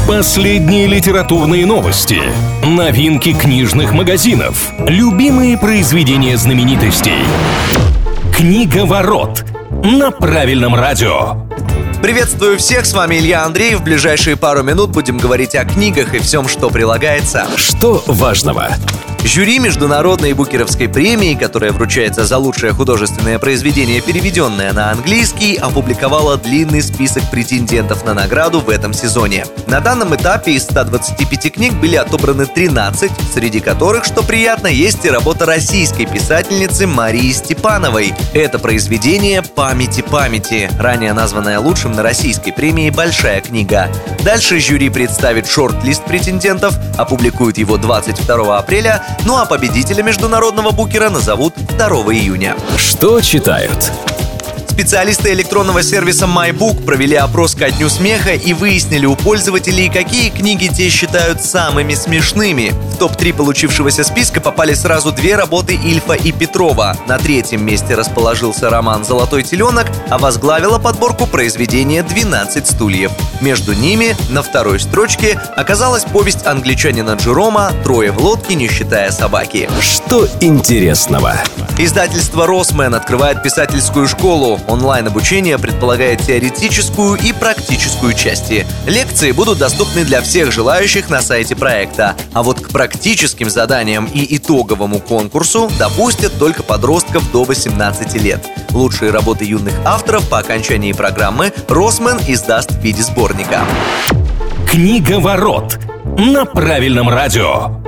Последние литературные новости, новинки книжных магазинов, любимые произведения знаменитостей. Книговорот на правильном радио. Приветствую всех, с вами Илья Андреев. В ближайшие пару минут будем говорить о книгах и всем, что прилагается. Что важного? Жюри Международной букеровской премии, которая вручается за лучшее художественное произведение, переведенное на английский, опубликовала длинный список претендентов на награду в этом сезоне. На данном этапе из 125 книг были отобраны 13, среди которых, что приятно, есть и работа российской писательницы Марии Степановой. Это произведение «Памяти памяти», ранее названное лучшим на российской премии «Большая книга». Дальше жюри представит шорт-лист претендентов, опубликует его 22 апреля, ну а победителя международного букера назовут 2 июня. Что читают? Специалисты электронного сервиса MyBook провели опрос ко Дню смеха и выяснили у пользователей, какие книги те считают самыми смешными. В топ-3 получившегося списка попали сразу 2 работы Ильфа и Петрова. На 3-м месте расположился роман «Золотой теленок», а возглавила подборку произведение «12 стульев». Между ними на 2-й строчке оказалась повесть англичанина Джерома «Трое в лодке, не считая собаки». Что интересного? Издательство «Росмен» открывает писательскую школу. Онлайн-обучение предполагает теоретическую и практическую части. Лекции будут доступны для всех желающих на сайте проекта. А вот к практическим заданиям и итоговому конкурсу допустят только подростков до 18 лет. Лучшие работы юных авторов по окончании программы «Росмен» издаст в виде сборника. Книговорот на правильном радио.